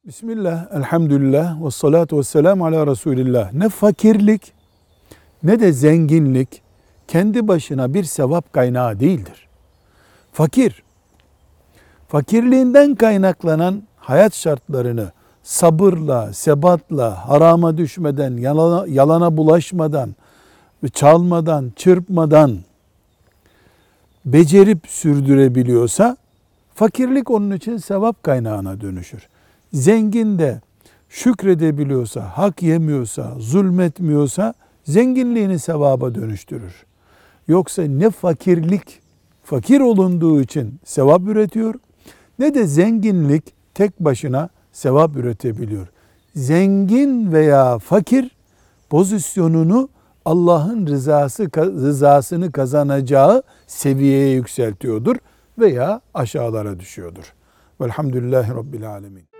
Bismillah, elhamdülillah, ve salatu ve selamu ala Resulillah. Ne fakirlik ne de zenginlik kendi başına bir sevap kaynağı değildir. Fakirliğinden kaynaklanan hayat şartlarını sabırla, sebatla, harama düşmeden, yalana bulaşmadan, çalmadan, çırpmadan becerip sürdürebiliyorsa, fakirlik onun için sevap kaynağına dönüşür. Zengin de şükredebiliyorsa, hak yemiyorsa, zulmetmiyorsa, zenginliğini sevaba dönüştürür. Yoksa ne fakir olunduğu için sevap üretiyor, ne de zenginlik tek başına sevap üretebiliyor. Zengin veya fakir pozisyonunu Allah'ın rızasını kazanacağı seviyeye yükseltiyordur veya aşağılara düşüyordur. Velhamdülillahi Rabbil Alemin.